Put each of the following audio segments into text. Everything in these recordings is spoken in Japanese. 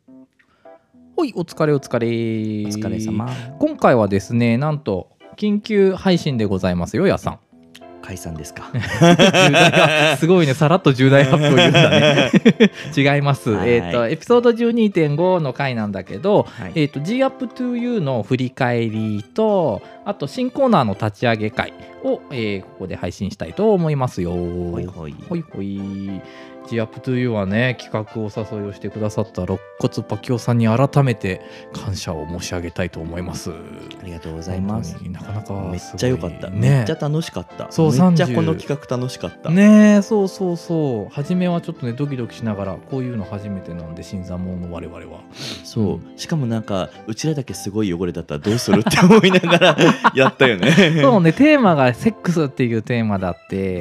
はい、お疲れお疲れ。 お疲れ様。 今回はですね、なんと緊急配信でございますよ、やさん。 解散ですか。 重大すごいね、さらっと重大発表言うんだね。違います。 はいエピソード 12.5 の回なんだけど、 はい、 G up to you の振り返りと、あと新コーナーの立ち上げ会を、ここで配信したいと思いますよ。 ほいほい。 ほいほい。G up to you はね、企画お誘いをしてくださった肋骨パキオさんに改めて感謝を申し上げたいと思います。 ありがとうございます。 なかなかめっちゃ良かった。 ね、 めっちゃ楽しかった。 そう、 めっちゃこの企画楽しかった。 ねえ、そうそうそう。初めはちょっとね、ドキドキしながら、こういうの初めてなんで、新参者の我々は。 そう、しかもなんかうちらだけすごい汚れだったらどうするって思いながらやったよね。 そうね、テーマがセックスっていうテーマだって、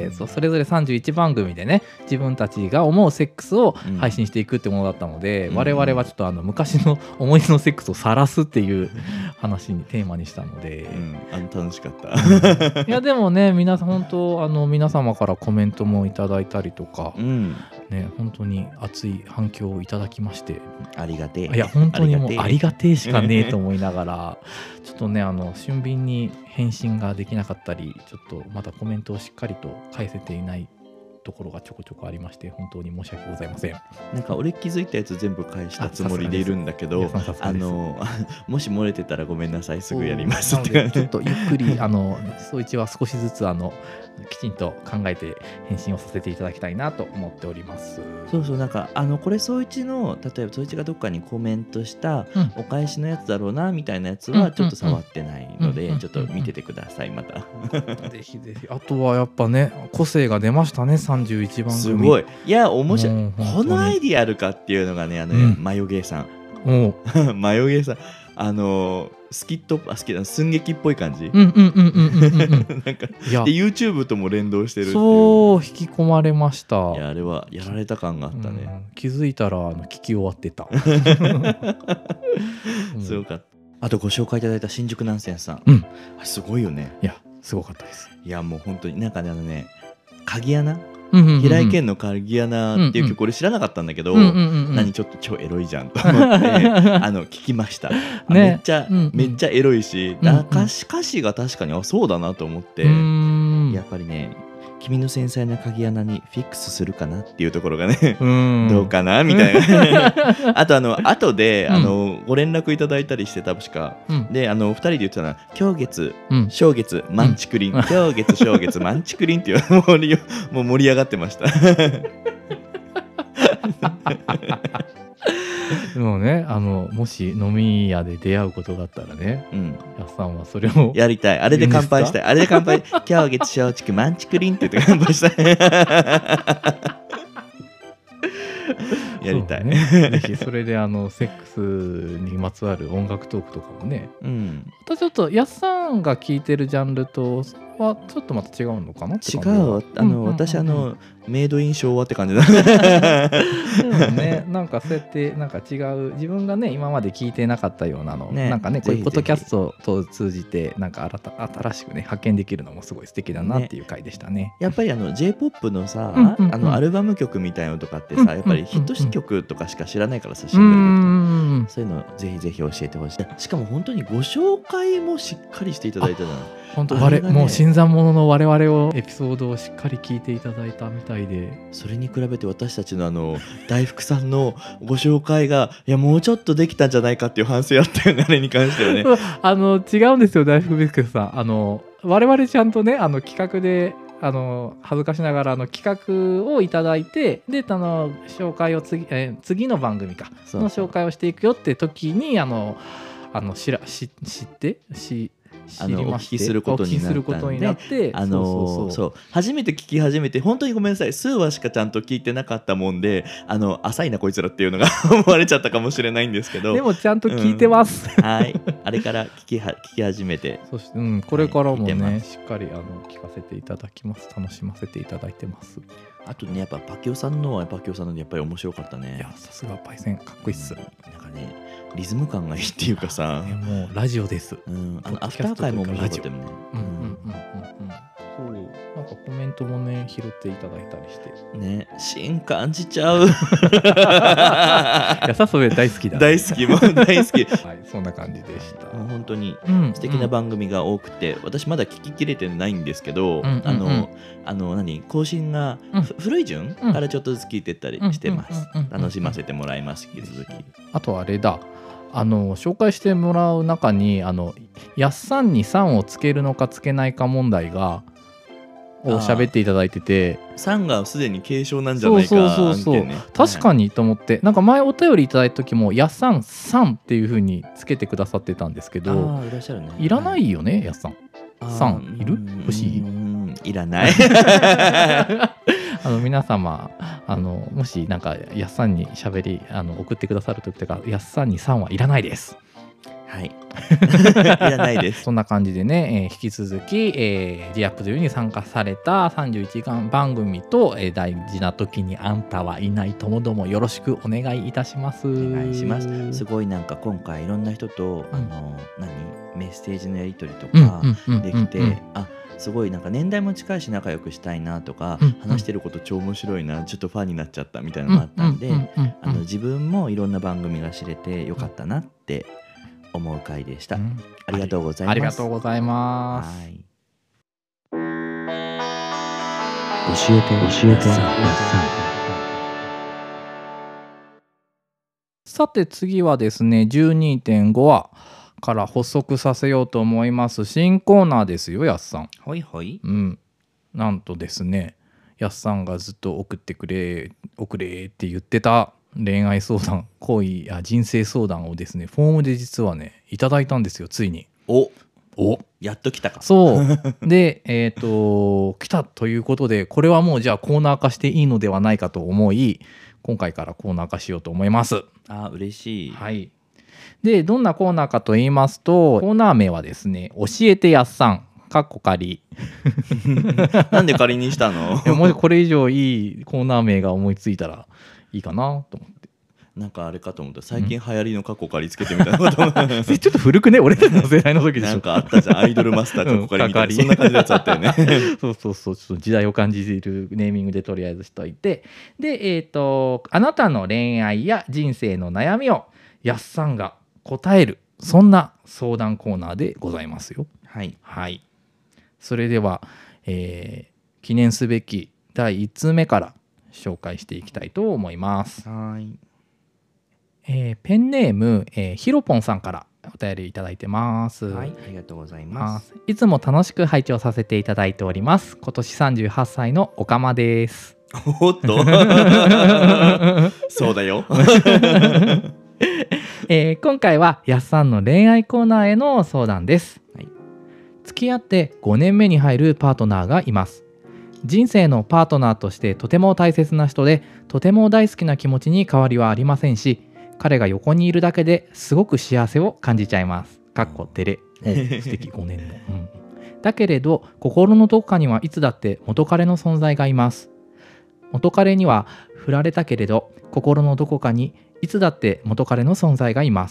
そう、それぞれ31番組でね、自分たちが思うセックスを配信していくってものだったので、我々はちょっと昔の思い出のセックスを晒すっていう話にテーマにしたので、 楽しかった。 いやでもね、皆さん本当皆様からコメントもいただいたりとか、ね、本当に熱い反響をいただきまして、 ありがてえ。 いや本当にもうありがてえしかねえと思いながらちょっとね俊敏に返信ができなかったり、ちょっとまだコメントをしっかりと返せていないところがちょこちょこありまして、本当に申し訳ございません。 なんか俺気づいたやつ全部返したつもりでいるんだけど、もし漏れてたらごめんなさい、すぐやりますって感じ。 ちょっとゆっくりそいちは少しずつきちんと考えて返信をさせていただきたいなと思っております。 そうそう、なんかこれ総一の、例えば総一がどっかにコメントしたお返しのやつだろうなみたいなやつはちょっと触ってないので、ちょっと見ててください、また。 ぜひぜひ。あとはやっぱね、個性が出ましたね、31番組。 すごい。いや面白い。このアイディアあるかっていうのがね、マヨゲーさん。マヨゲーさん。スキット、寸劇っぽい感じ。なんかで YouTube とも連動してるっていう。 そう、引き込まれました。 いや、あれはやられた感があったね。 気づいたら聞き終わってた。 すごかった。あとご紹介いただいた新宿南線さん、すごいよね。 いや、すごかったです。 いや、もう本当になんかね、鍵穴、平井堅の鍵穴っていう曲、俺知らなかったんだけど、何ちょっと超エロいじゃんと思って聞きました。めっちゃエロいし、歌詞が確かにそうだなと思って、やっぱりね、君の繊細な鍵穴にフィックスするかなっていうところがね、どうかなみたいな。あと後でご連絡いただいたりして、確かで2人で言ってたのは、今月正月マンチクリン、今月正月マンチクリンっていうもう盛り上がってました。 でもね、もし飲み屋で出会うことがあったらね、やっさんはそれをやりたい。あれで乾杯したい。あれで乾杯。今月正月マンチクリンって言って乾杯したい。やりたい。 ぜひそれでセックスにまつわる音楽トークとかもね、またちょっとやっさんが聴いてるジャンルとはちょっとまた違うのかなって感じ。違う。私メイドイン昭和って感じだ。 でもね、なんかそうやってなんか違う、自分がね今まで聞いてなかったようなの、なんかね、こういうポッドキャストと通じてなんか新しくね発見できるのもすごい素敵だなっていう回でしたね。 やっぱりJ-POP のさ、アルバム曲みたいなのとかってさ、やっぱりヒット曲とかしか知らないからさ、シングル曲とか、そういうのぜひぜひ教えてほしい。しかも本当にご紹介もしっかりしていただいたじゃない。 本当もう新参者の我々をエピソードをしっかり聞いていただいたみたいで、 それに比べて私たちの大福さんのご紹介が、いやもうちょっとできたんじゃないかっていう反省あったよね、あれに関してはね。 違うんですよ、大福ビスケットさん。我々ちゃんとね企画で恥ずかしながら企画をいただいて、で紹介を次の番組の紹介をしていくよって時に知ってお聞きすることになって、初めて聞き始めて、本当にごめんなさい、数話しかちゃんと聞いてなかったもんで、浅いなこいつらっていうのが思われちゃったかもしれないんですけど、 でもちゃんと聞いてます、 はい、あれから聞き始めて、 そして、これからもね、しっかり聞かせていただきます。楽しませていただいてます。 あとね、やっぱパキオさんのはパキオさんのでやっぱり面白かったね。 いや、さすがパイセンかっこいいっす。 なんかね、リズム感がいいっていうかさ、 もうラジオです。 アフター会も面白かったよね。 そう、ななんかコメントもね拾っていただいたりしてね、芯感じちゃう。いやさそれ大好きだ、ね、 大好き、もう大好き。 はい、そんな感じでした。 本当に素敵な番組が多くて、私まだ聞ききれてないんですけど、更新が古い順からちょっとずつ聞いてったりしてます。楽しませてもらいます。引き続き。 あとあれだ、紹介してもらう中にやっさんに3をつけるのかつけないか問題がを喋っていただいてて、 3がすでに継承なんじゃないか案件ね。 確かにと思って、なんか前お便りいただいた時もやっさん3っていう風につけてくださってたんですけど、 いらっしゃるね。 いらないよね、やっさん3いる？欲しい？ いらない。 皆様もしなんかやっさんに喋り送ってくださる時とか、やっさんに3はいらないです。 はい。いらないです。 そんな感じでね、引き続き、リアップというに参加された31時間番組と、大事な時にあんたはいないともどもよろしくお願いいたします。 お願いします。すごいなんか今回いろんな人と、メッセージのやり取りとかできて、すごいなんか年代も近いし仲良くしたいなとか、話してること超面白いな、ちょっとファンになっちゃったみたいなのがあったんで、自分もいろんな番組が知れてよかったなって思う回でした。ありがとうございます。 ありがとうございます。 はい。教えて。 さて次はですね 12.5 話から発足させようと思います新コーナーですよ、やっさん。 はいはい。 なんとですね、やっさんがずっと送ってくれって言ってた恋愛相談、恋や人生相談をですねフォームで実はねいただいたんですよ、ついに。 おやっと来たか。 そうで来たということで、これはもうじゃあコーナー化していいのではないかと思い、今回からコーナー化しようと思います。 嬉しい。 はい。でどんなコーナーかと言いますと、コーナー名はですね、教えてやっさん仮なんで仮にしたの？ もしこれ以上いいコーナー名が思いついたらいいかなと思って。 なんかあれかと思った、最近流行りのカッコ仮つけてみたいなこと。 ちょっと古くね、俺たちの世代の時でしょ。 なんかあったじゃん、アイドルマスターカッコ仮みたいな、そんな感じのやつあったよね。 そうちょっと時代を感じるネーミングでとりあえずしといて、であなたの恋愛や人生の悩みをやっさんが答える、そんな相談コーナーでございますよ。はい。それでは、記念すべき第1通目から紹介していきたいと思います。 はい。 ペンネーム、ひろぽんさんからお便りいただいてます。 はい、ありがとうございます。 いつも楽しく拝聴させていただいております。今年38歳のおかまです。 おっとそうだよ。 今回はやっさんの恋愛コーナーへの相談です。付き合って5年目に入るパートナーがいます。人生のパートナーとしてとても大切な人で、とても大好きな気持ちに変わりはありませんし、彼が横にいるだけですごく幸せを感じちゃいます。かっこ照れ。素敵5年の、だけれど心のどこかにはいつだって元彼の存在がいます。元彼には振られたけれど、心のどこかにいつだって元彼の存在がいます。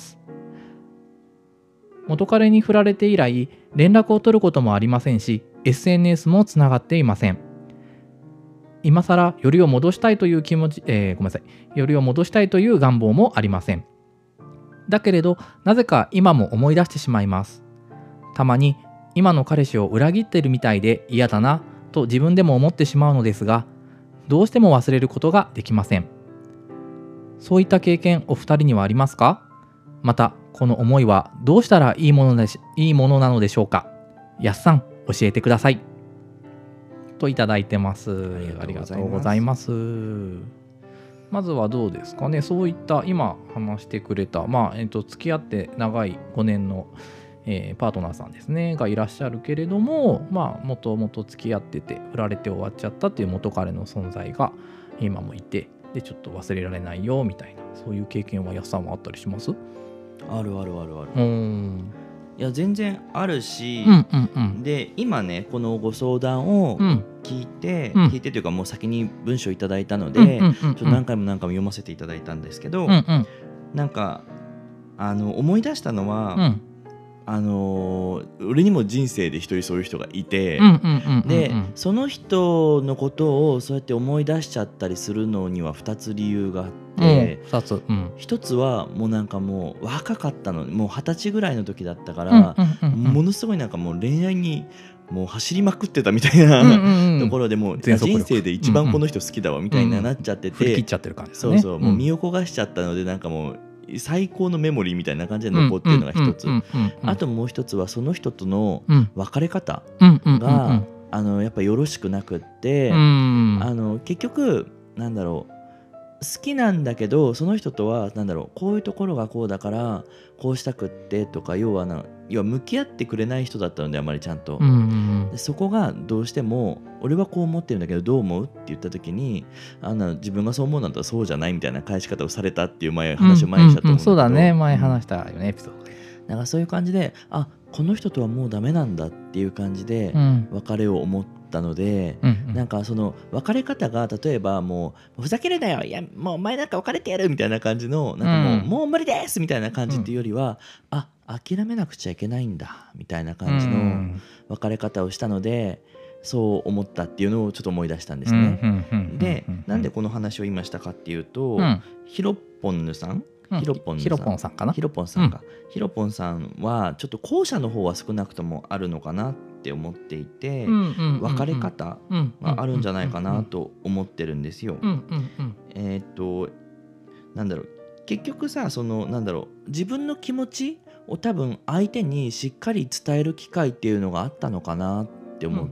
元彼に振られて以来連絡を取ることもありませんし、 SNS もつながっていません。今更よりを戻したいという気持ち、よりを戻したいという願望もありません。だけれどなぜか今も思い出してしまいます。たまに今の彼氏を裏切ってるみたいで嫌だなと自分でも思ってしまうのですが、どうしても忘れることができません。そういった経験お二人にはありますか？またこの思いはどうしたらいいものなのでしょうか？やっさん教えてくださいといただいてます。ありがとうございます。まずはどうですかね、そういった今話してくれた、付き合って長い5年の、パートナーさんですねがいらっしゃるけれども、もともと付き合ってて振られて終わっちゃったっていう元彼の存在が今もいて、でちょっと忘れられないよみたいな、そういう経験はやっさんはあったりします？ ある。いや全然あるし、で今ねこのご相談を聞いてというかもう先に文章いただいたので、ちょっと何回も読ませていただいたんですけど、なんか思い出したのは、 俺にも人生で一人そういう人がいて、でその人のことをそうやって思い出しちゃったりするのには2つ理由があって、1つはもうなんかもう若かったの、もう20歳ぐらいの時だったから、ものすごいなんかもう恋愛にもう走りまくってたみたいなところで、もう人生で一番この人好きだわみたいになっちゃってて、 振り切っちゃってる感じですね。 そうそう、もう身を焦がしちゃったので、なんかもう最高のメモリーみたいな感じで残ってるのが一つ。あともう一つはその人との別れ方がやっぱよろしくなくって、結局なんだろう、好きなんだけどその人とはなんだろう、こういうところがこうだからこうしたくってとか、要は向き合ってくれない人だったので、あまりちゃんと、でそこがどうしても俺はこう思ってるんだけどどう思うって言った時に、自分がそう思うんだったらそうじゃないみたいな返し方をされたっていう話を前にしたと思うんだけど、 そうだね、前話したよね、エピソードで。 なんかそういう感じで、この人とはもうダメなんだっていう感じで別れを思ったので、なんかその別れ方が例えばもうふざけるなよ、いやもうお前なんか別れてやるみたいな感じの、なんかもう無理ですみたいな感じっていうよりは、諦めなくちゃいけないんだみたいな感じの別れ方をしたので、そう思ったっていうのをちょっと思い出したんですね。で、なんでこの話を今したかっていうと、ヒロポンヌさん、ヒロポンさんかな、ヒロポンさんはちょっと後者の方は少なくともあるのかなって思っていて、別れ方があるんじゃないかなと思ってるんですよ。なんだろう、結局さ、そのなんだろう、自分の気持ちを多分相手にしっかり伝える機会っていうのがあったのかなって思って、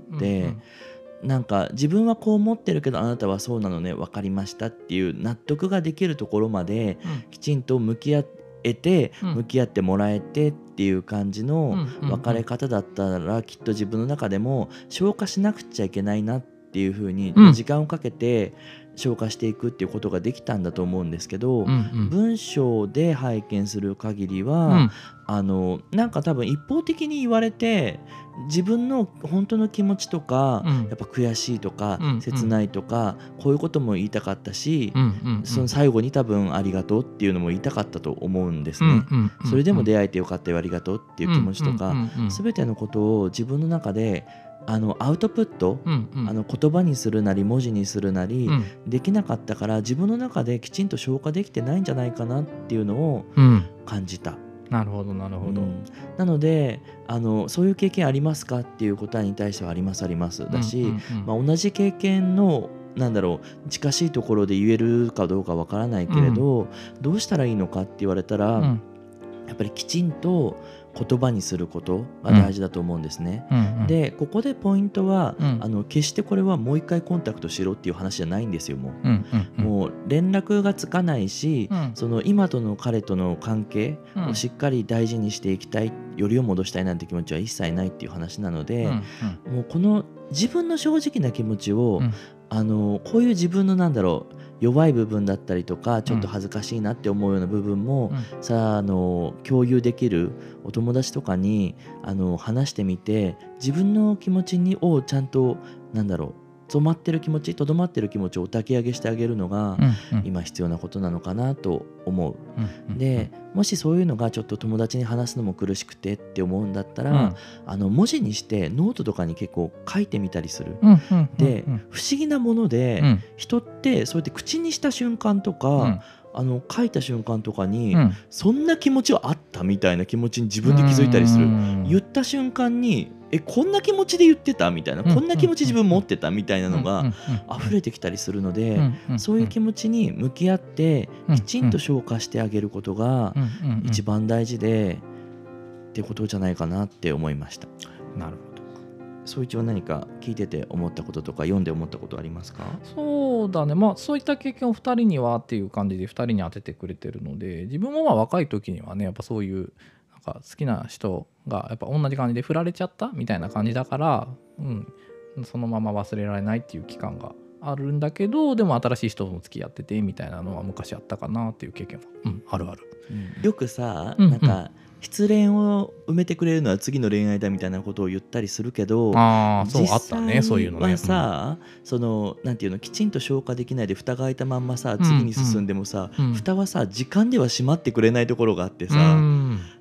なんか自分はこう思ってるけどあなたはそうなのね、分かりましたっていう納得ができるところまできちんと向き合ってもらえてっていう感じの別れ方だったら、きっと自分の中でも消化しなくちゃいけないなっていう風に時間をかけて消化していくっていうことができたんだと思うんですけど、文章で拝見する限りは、なんか多分一方的に言われて自分の本当の気持ちとか、やっぱ悔しいとか、切ないとか、こういうことも言いたかったし、その最後に多分ありがとうっていうのも言いたかったと思うんですね。それでも出会えてよかったよ、ありがとうっていう気持ちとか、全てのことを自分の中でアウトプット、言葉にするなり文字にするなり、できなかったから自分の中できちんと消化できてないんじゃないかなっていうのを感じた。 なるほどなるほど。 なのでそういう経験ありますかっていう答えに対してはありますだし、同じ経験のなんだろう、近しいところで言えるかどうかわからないけれど、どうしたらいいのかって言われたら、やっぱりきちんと言葉にすることが大事だと思うんですね。でここでポイントは、決してこれはもう一回コンタクトしろっていう話じゃないんですよ。もう連絡がつかないし、その今との彼との関係をしっかり大事にしていきたい、よりを戻したいなんて気持ちは一切ないっていう話なので、もうこの自分の正直な気持ちを、こういう自分のなんだろう、弱い部分だったりとか、ちょっと恥ずかしいなって思うような部分も、共有できるお友達とかに話してみて、自分の気持ちをちゃんとなんだろう、とどまってる気持ちを抱き上げしてあげるのが、今必要なことなのかなと思う。でもしそういうのがちょっと友達に話すのも苦しくてって思うんだったら、文字にしてノートとかに結構書いてみたりする。で不思議なもので、人ってそうやって口にした瞬間とか、書いた瞬間とかに、そんな気持ちはあったみたいな気持ちに自分で気づいたりする。言った瞬間にこんな気持ちで言ってたみたいな、こんな気持ち自分持ってたみたいなのが溢れてきたりするので、そういう気持ちに向き合ってきちんと消化してあげることが一番大事でってことじゃないかなって思いました。 なるほど。 総一は何か聞いてて思ったこととか読んで思ったことありますか？ そうだね、そういった経験を2人にはっていう感じで2人に当ててくれてるので、自分も若い時にはね、やっぱそういうなんか好きな人がやっぱ同じ感じで振られちゃったみたいな感じだから、そのまま忘れられないっていう期間があるんだけど、でも新しい人と付き合っててみたいなのは昔あったかなっていう経験は、あるある。 よくさ、なんか失恋を埋めてくれるのは次の恋愛だみたいなことを言ったりするけど、 そうあったね、そういうのね。 実際はさ、そのなんていうの、きちんと消化できないで蓋が開いたまんまさ、次に進んでもさ、蓋はさ時間では閉まってくれないところがあってさ、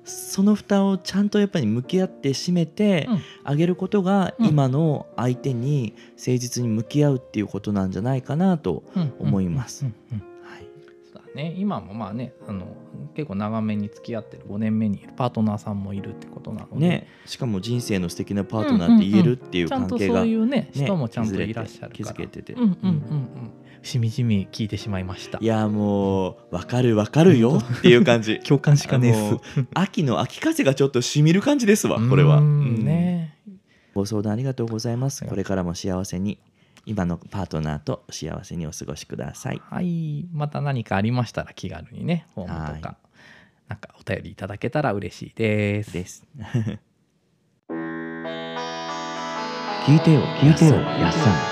その蓋をちゃんとやっぱり向き合って閉めてあげることが、今の相手に誠実に向き合うっていうことなんじゃないかなと思います。 ね、今もまあね結構長めに付き合ってる5年目にいるパートナーさんもいるってことなので、 ね、しかも人生の素敵なパートナーって言えるっていう関係が、 ちゃんとそういうね人もちゃんといらっしゃるから気づけてて、 しみじみ聞いてしまいました。 いやもう分かるよっていう感じ共感しかねえっす。 秋の秋風がちょっとしみる感じですわこれは。 ね、 ご相談ありがとうございます。これからも幸せに今のパートナーと幸せにお過ごしください。 はい、また何かありましたら気軽にねフォームとかなんかお便りいただけたら嬉しいです。 聞いてよやっさん。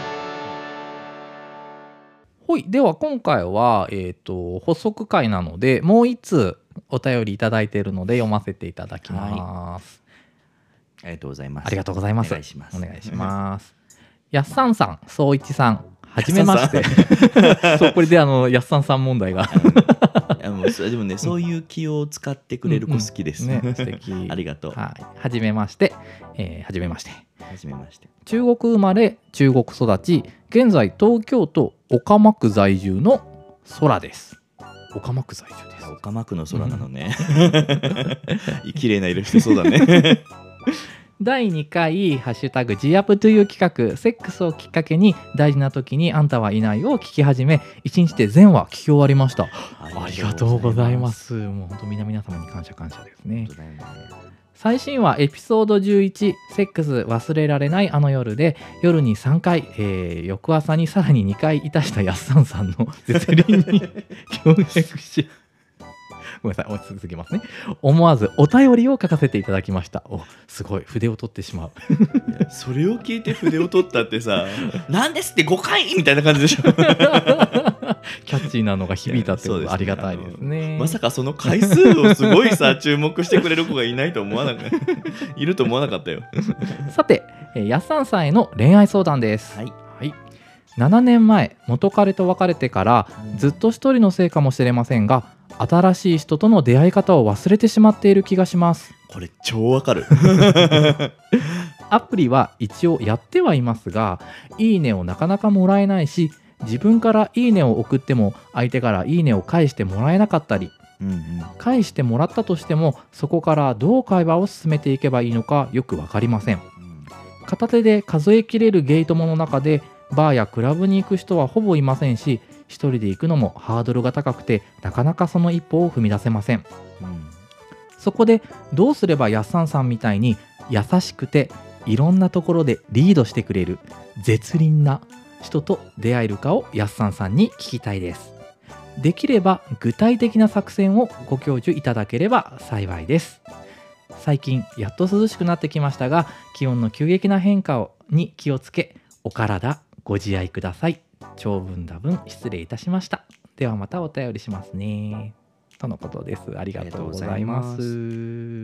はい、では今回は補足会なのでもう一通お便りいただいているので読ませていただきます。 ありがとうございます。 ありがとうございます。 お願いします。 お願いします。やっさんさん、そういちさん、はじめまして。そうこれでやっさんさん問題がでもね、そういう気を使ってくれる子好きです。 ね、素敵。 ありがとう。 はい、はじめまして。はじめまして。中国生まれ、中国育ち、現在東京都岡間区在住の空です。岡間区在住です。 岡間区の空なのね。綺麗な色してそうだね。 第2回ハッシュタグ G アップという企画セックスをきっかけに大事な時にあんたはいないを聞き始め1日で全話聞き終わりました。ありがとうございます。もう本当皆様に感謝ですね。最新話エピソード11セックス忘れられないあの夜で夜に3回、翌朝にさらに2回いたしたやっさんさんの絶倫に驚愕しごめんなさい、続けますね。思わずお便りを書かせていただきました。お、すごい筆を取ってしまう。 それを聞いて筆を取ったってさ、なんですって5回みたいな感じでしょ。キャッチーなのが響いたってこと、ありがたいですね。 まさかその回数をすごいさ注目してくれる子がいないと思わなかったいると思わなかったよ。 さて、やっさんさんへの恋愛相談です。はい。7年前元彼と別れてからずっと一人のせいかもしれませんが、新しい人との出会い方を忘れてしまっている気がします。 これ超わかる。 アプリは一応やってはいますが、いいねをなかなかもらえないし、自分からいいねを送っても相手からいいねを返してもらえなかったり、返してもらったとしてもそこからどう会話を進めていけばいいのかよく分かりません。片手で数えきれるゲイ友の中でバーやクラブに行く人はほぼいませんし、一人で行くのもハードルが高くてなかなかその一歩を踏み出せません。そこでどうすればやっさんさんみたいに優しくていろんなところでリードしてくれる絶倫な人と出会えるかをやっさんさんに聞きたいです。できれば具体的な作戦をご教授いただければ幸いです。最近やっと涼しくなってきましたが、気温の急激な変化に気をつけお体ご自愛ください。長文多文失礼いたしました。ではまたお便りしますね、とのことです。ありがとうございます。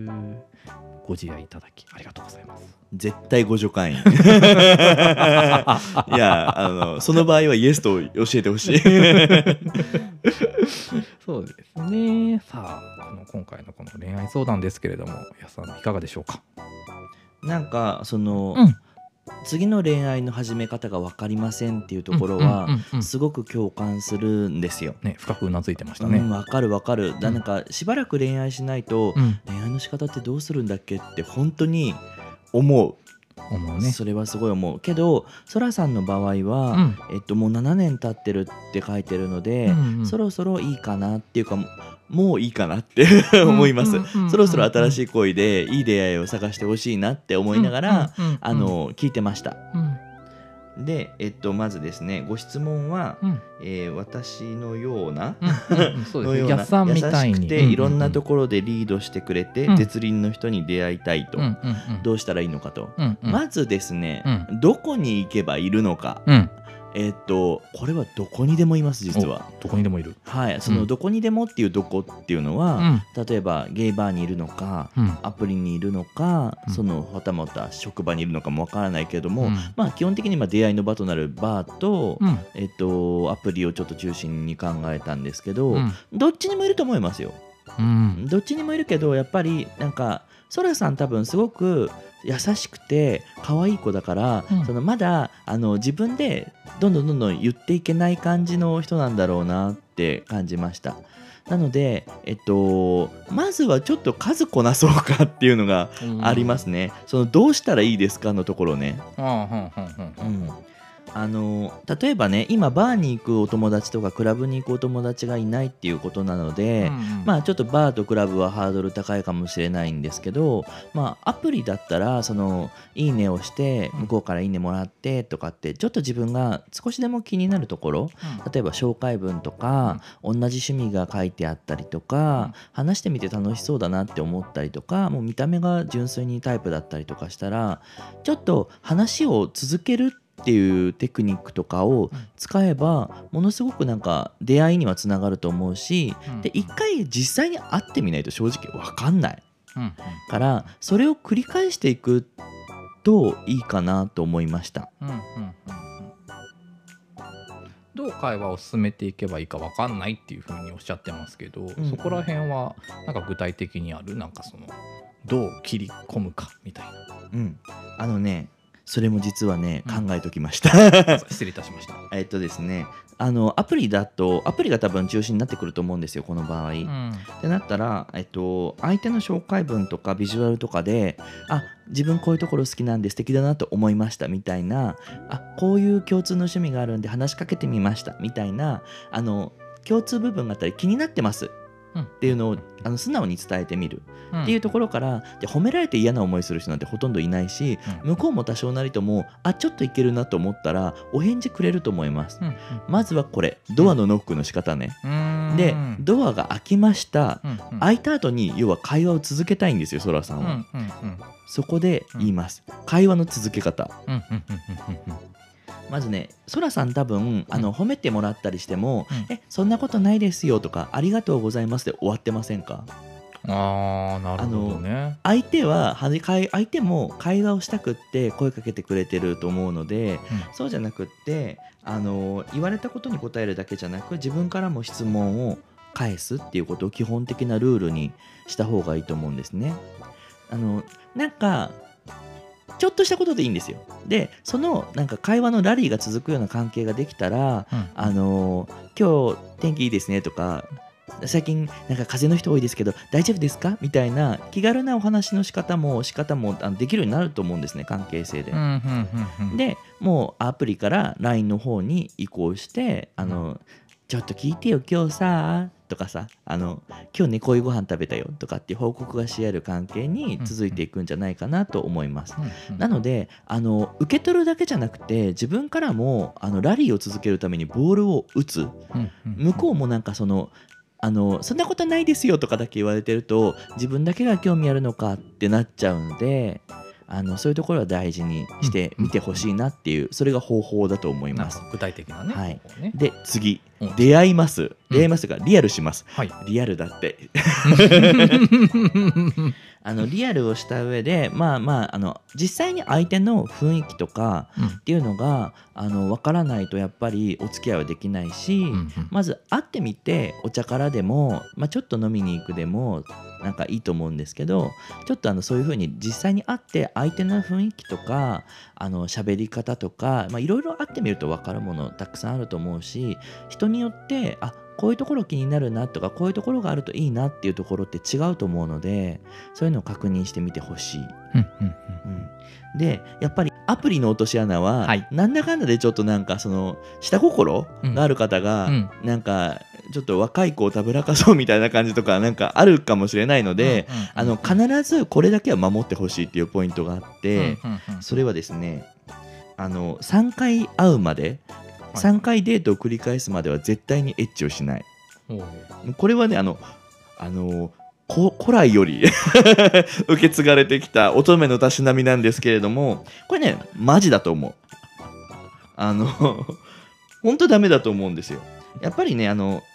ご自愛いただきありがとうございます。 絶対ご助会員。いやその場合はイエスと教えてほしい。 そうですね。さあ今回のこの恋愛相談ですけれども、やさんいかがでしょうか。 なんか次の恋愛の始め方が分かりませんっていうところはすごく共感するんですよ。 ね、深くうなずいてましたね。 分かる。なんかしばらく恋愛しないと、恋愛の仕方ってどうするんだっけって本当に思うね。それはすごい思うけど、そらさんの場合は、もう7年経ってるって書いてるので、そろそろいいかなっていうかもういいかなって思います。そろそろ新しい恋でいい出会いを探してほしいなって思いながら聞いてました。で、まずですね、ご質問は、私のようなやっさんみたいに優しくていろんなところでリードしてくれて、絶倫の人に出会いたいと、どうしたらいいのかと、まずですね、どこに行けばいるのか、これはどこにでもいます。実はどこにでもいる。 はい、そのどこにでもっていうどこっていうのは、例えばゲイバーにいるのか、アプリにいるのか、そのはたまた職場にいるのかもわからないけれども、基本的に出会いの場となるバーと、アプリをちょっと中心に考えたんですけど、どっちにもいると思いますよ。 どっちにもいるけど、やっぱりなんかソラさん多分すごく優しくて可愛い子だから、そのまだ自分でどんどん言っていけない感じの人なんだろうなって感じました。なので、まずはちょっと数こなそうかっていうのがありますね。そのどうしたらいいですかのところね。例えばね、今バーに行くお友達とかクラブに行くお友達がいないっていうことなので、まあちょっとバーとクラブはハードル高いかもしれないんですけど、まあアプリだったらそのいいねをして向こうからいいねもらってとかって、ちょっと自分が少しでも気になるところ、例えば紹介文とか同じ趣味が書いてあったりとか、話してみて楽しそうだなって思ったりとか、もう見た目が純粋にタイプだったりとかしたら、ちょっと話を続けるっていうテクニックとかを使えばものすごくなんか出会いにはつながると思うし、で一回実際に会ってみないと正直分かんないから、それを繰り返していくといいかなと思いました。 どう会話を進めていけばいいか分かんないっていうふうにおっしゃってますけど、そこら辺はなんか具体的にある、なんかそのどう切り込むかみたいな。 それも実はね、考えときました失礼いたしました。 ですね、アプリだとアプリが多分中心になってくると思うんですよ、この場合。ってなったら、相手の紹介文とかビジュアルとかで、自分こういうところ好きなんで素敵だなと思いましたみたいな、こういう共通の趣味があるんで話しかけてみましたみたいな、共通部分があったり気になってますっていうのを素直に伝えてみるっていうところから、で褒められて嫌な思いする人なんてほとんどいないし、向こうも多少なりともちょっといけるなと思ったらお返事くれると思います。まずはこれドアのノックの仕方ね。でドアが開きました、開いた後に要は会話を続けたいんですよ、そらさんは。そこで言います、会話の続け方。まずね、そらさん多分褒めてもらったりしても、そんなことないですよとかありがとうございますで終わってませんか？ なるほどね。 相手も会話をしたくって声かけてくれてると思うので、そうじゃなくって言われたことに答えるだけじゃなく、自分からも質問を返すっていうことを基本的なルールにした方がいいと思うんですね。なんかちょっとしたことでいいんですよ。でそのなんか会話のラリーが続くような関係ができたら、今日天気いいですねとか、最近なんか風邪の人多いですけど大丈夫ですかみたいな気軽なお話の仕方もできるようになると思うんですね、関係性で。でもうアプリから LINE の方に移行して、ちょっと聞いてよ今日さとかさ、今日ねこういうご飯食べたよとかっていう報告がし合える関係に続いていくんじゃないかなと思います。なので受け取るだけじゃなくて、自分からもラリーを続けるためにボールを打つ。向こうもなんかそんなことないですよとかだけ言われてると、自分だけが興味あるのかってなっちゃうので、そういうところは大事にしてみてほしいなっていう、それが方法だと思います。 具体的なね。 で次、出会いますがリアルします。リアルだってリアルをした上で、実際に相手の雰囲気とかっていうのが分からないとやっぱりお付き合いはできないし、まず会ってみてお茶からでも、ちょっと飲みに行くでもなんかいいと思うんですけど、ちょっとそういう風に実際に会って相手の雰囲気とか喋り方とか、いろいろ会ってみると分かるものたくさんあると思うし、人によってこういうところ気になるなとか、こういうところがあるといいなっていうところって違うと思うので、そういうのを確認してみてほしい。でやっぱりアプリの落とし穴は、なんだかんだでちょっとなんかその下心がある方が、なんかちょっと若い子をたぶらかそうみたいな感じとかなんかあるかもしれないので、必ずこれだけは守ってほしいっていうポイントがあって、それはですね、3回会うまで、3回デートを繰り返すまでは絶対にエッチをしない。これはね古来より受け継がれてきた乙女のたしなみなんですけれども、これねマジだと思う。本当ダメだと思うんですよ。やっぱりね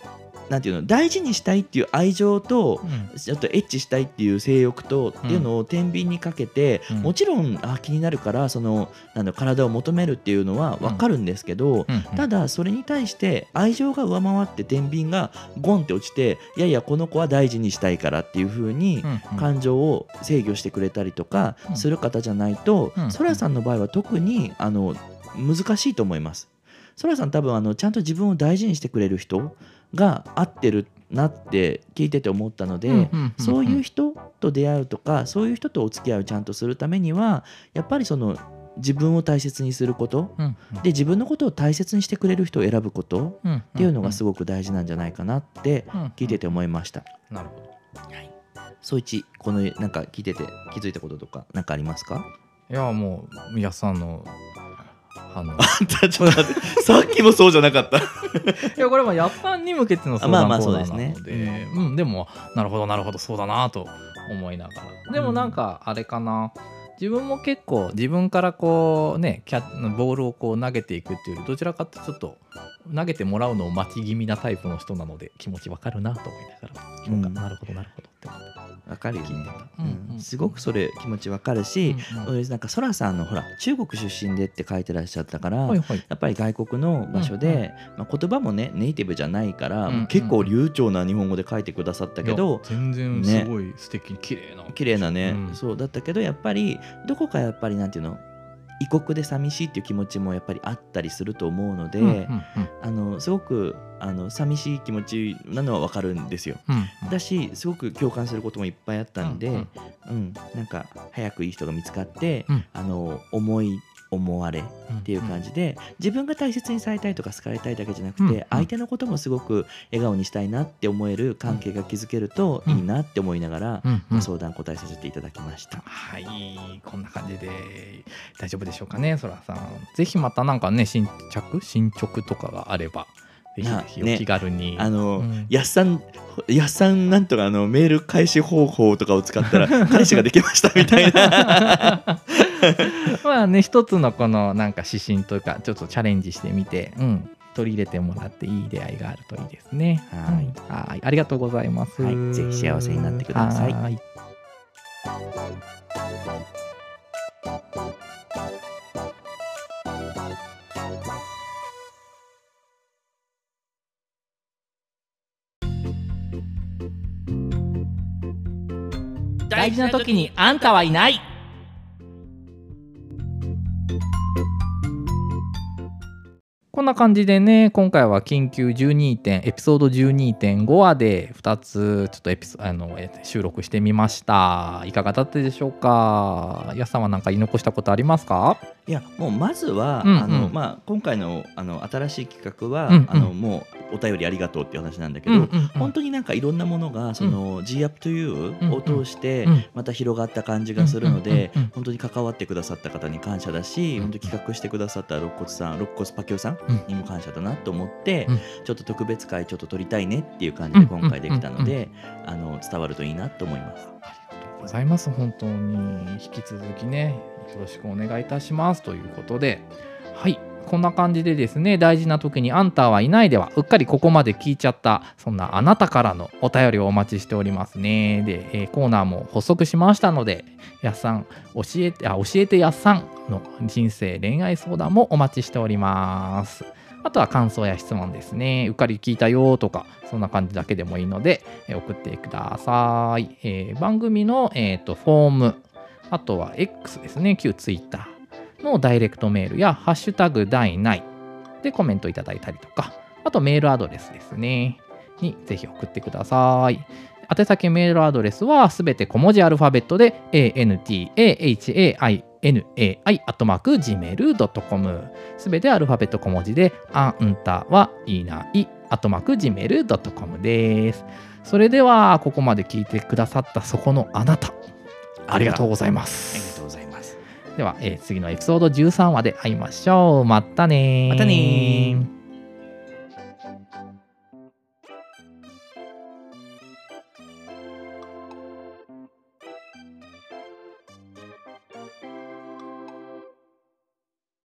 なんていうの、大事にしたいっていう愛情と、ちょっとエッチしたいっていう性欲とっていうのを天秤にかけて、もちろん気になるから体を求めるっていうのは分かるんですけど、ただそれに対して愛情が上回って天秤がゴンって落ちて、いやいやこの子は大事にしたいからっていう風に感情を制御してくれたりとかする方じゃないと、ソラさんの場合は特に難しいと思います。ソラさん多分ちゃんと自分を大事にしてくれる人が合ってるなって聞いてて思ったので、そういう人と出会うとか、そういう人とお付き合いをちゃんとするためには、やっぱり自分を大切にすること、で自分のことを大切にしてくれる人を選ぶことっていうのがすごく大事なんじゃないかなって聞いてて思いました。 なるほど。 はい。総一、このなんか聞いてて気づいたこととか何かありますか？ いやもう宮さんのあんたちょっと待って、さっきもそうじゃなかったいやこれはやっさんに向けての相談コーナーなので、でもなるほどそうだなと思いながら、でもなんかあれかな、自分も結構自分からこうねボールをこう投げていくっていうより、どちらかってちょっと投げてもらうのを待ち気味なタイプの人なので、気持ちわかるなと思いながら、今日なるほどって思ってわかるよね。すごくそれ気持ちわかるし、なんかソラさんのほら中国出身でって書いてらっしゃったから、やっぱり外国の場所で、言葉もねネイティブじゃないから、結構流暢な日本語で書いてくださったけど、 全然すごい素敵、綺麗なね、そうだったけど、やっぱりどこかやっぱりなんていうの、異国で寂しいっていう気持ちもやっぱりあったりすると思うので、すごく寂しい気持ちなのは分かるんですよ。だしすごく共感することもいっぱいあったんで、なんか早くいい人が見つかって、思われっていう感じで、自分が大切にされたいとか好かれたいだけじゃなくて、相手のこともすごく笑顔にしたいなって思える関係が築けるといいなって思いながら、相談答えさせていただきました。 はい、こんな感じで大丈夫でしょうかね、そらさん。ぜひまたなんかね進捗とかがあればぜひぜひお気軽に、 やっさんなんとかメール返し方法とかを使ったら彼氏ができましたみたいなまあね、一つのこのなんか指針というかちょっとチャレンジしてみて、取り入れてもらっていい出会いがあるといいですね。はい、ありがとうございます。 ぜひ幸せになってください。 大事な時にあんたはいない。こんな感じでね、今回は緊急12点エピソード 12.5 話で2つちょっと収録してみました。いかがだったでしょうか。やさんは何か言い残したことありますか？ いやもうまずは、今回の新しい企画は、もうお便りありがとうっていう話なんだけど、本当になんかいろんなものがG Up to You を通してまた広がった感じがするので、本当に関わってくださった方に感謝だし、本当に企画してくださった肋骨パキオさんにも感謝だなと思って、ちょっと特別会ちょっと撮りたいねっていう感じで今回できたので、伝わるといいなと思います。 ありがとうございます。本当に引き続きねよろしくお願いいたしますということで、はい、こんな感じでですね、大事な時にあんたはいないではうっかりここまで聞いちゃったそんなあなたからのお便りをお待ちしておりますね。で、コーナーも発足しましたので、やっさん教えてやっさんの人生恋愛相談もお待ちしております。あとは感想や質問ですね。うっかり聞いたよとかそんな感じだけでもいいので、送ってください。番組の、フォーム、あとは X ですね、旧 Twitter のダイレクトメールやハッシュタグ第9でコメントいただいたりとか、あとメールアドレスですねにぜひ送ってください。宛先メールアドレスはすべて小文字アルファベットで antahainai@gmail.com、 すべてアルファベット小文字であんたはいない @gmail.com です。それではここまで聞いてくださったそこのあなた、ありがとうございます。 ありがとうございます。 では、次のエピソード13話で会いましょう。またね。